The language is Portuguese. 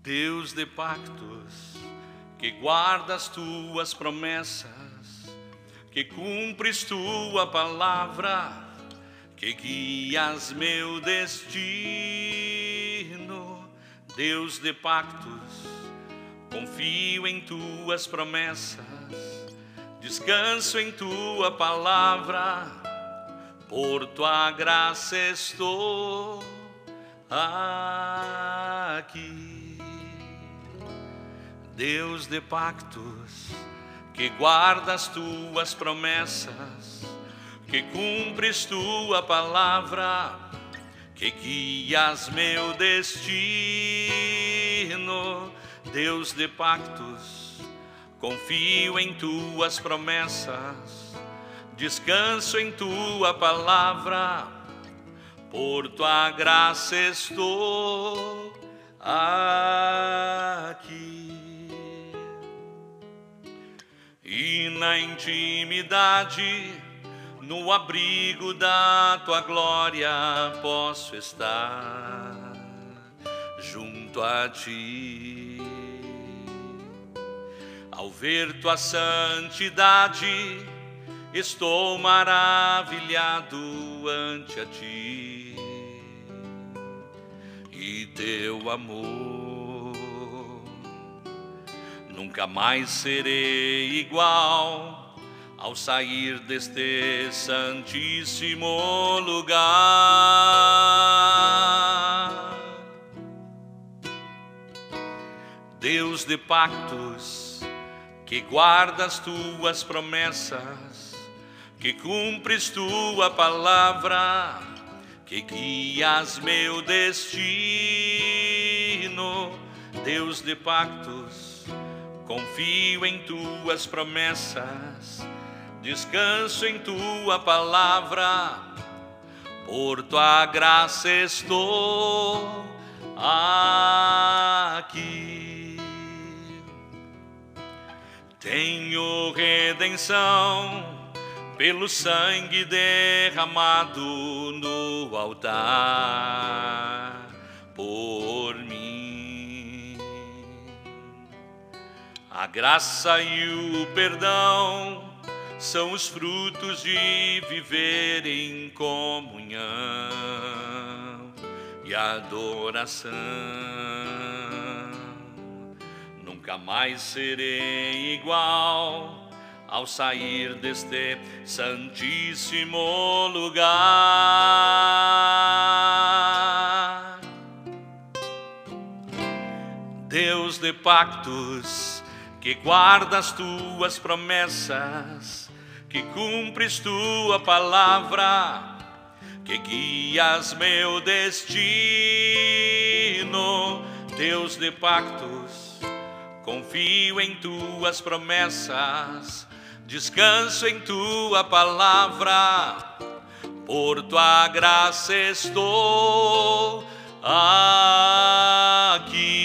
Deus de pactos, que guardas tuas promessas, que cumpres tua palavra, que guias meu destino. Deus de pactos, confio em tuas promessas, descanso em tua palavra, por tua graça estou aqui. Deus de pactos, que guardas tuas promessas, que cumpres tua palavra, que guias meu destino. Deus de pactos, confio em tuas promessas, descanso em tua palavra, por tua graça estou aqui. E na intimidade, no abrigo da tua glória, posso estar junto a ti. Ao ver tua santidade, estou maravilhado ante a ti. E teu amor, nunca mais serei igual ao sair deste santíssimo lugar. Deus de pactos, que guardas tuas promessas, que cumpres tua palavra, que guias meu destino. Deus de pactos, confio em tuas promessas, descanso em tua palavra, por tua graça estou aqui. Tenho redenção pelo sangue derramado no altar por mim. A graça e o perdão são os frutos de viver em comunhão e adoração. Nunca mais serei igual ao sair deste santíssimo lugar. Deus de pactos, que guardas tuas promessas, que cumpres tua palavra, que guias meu destino. Deus de pactos, confio em tuas promessas, descanso em tua palavra, por tua graça estou aqui.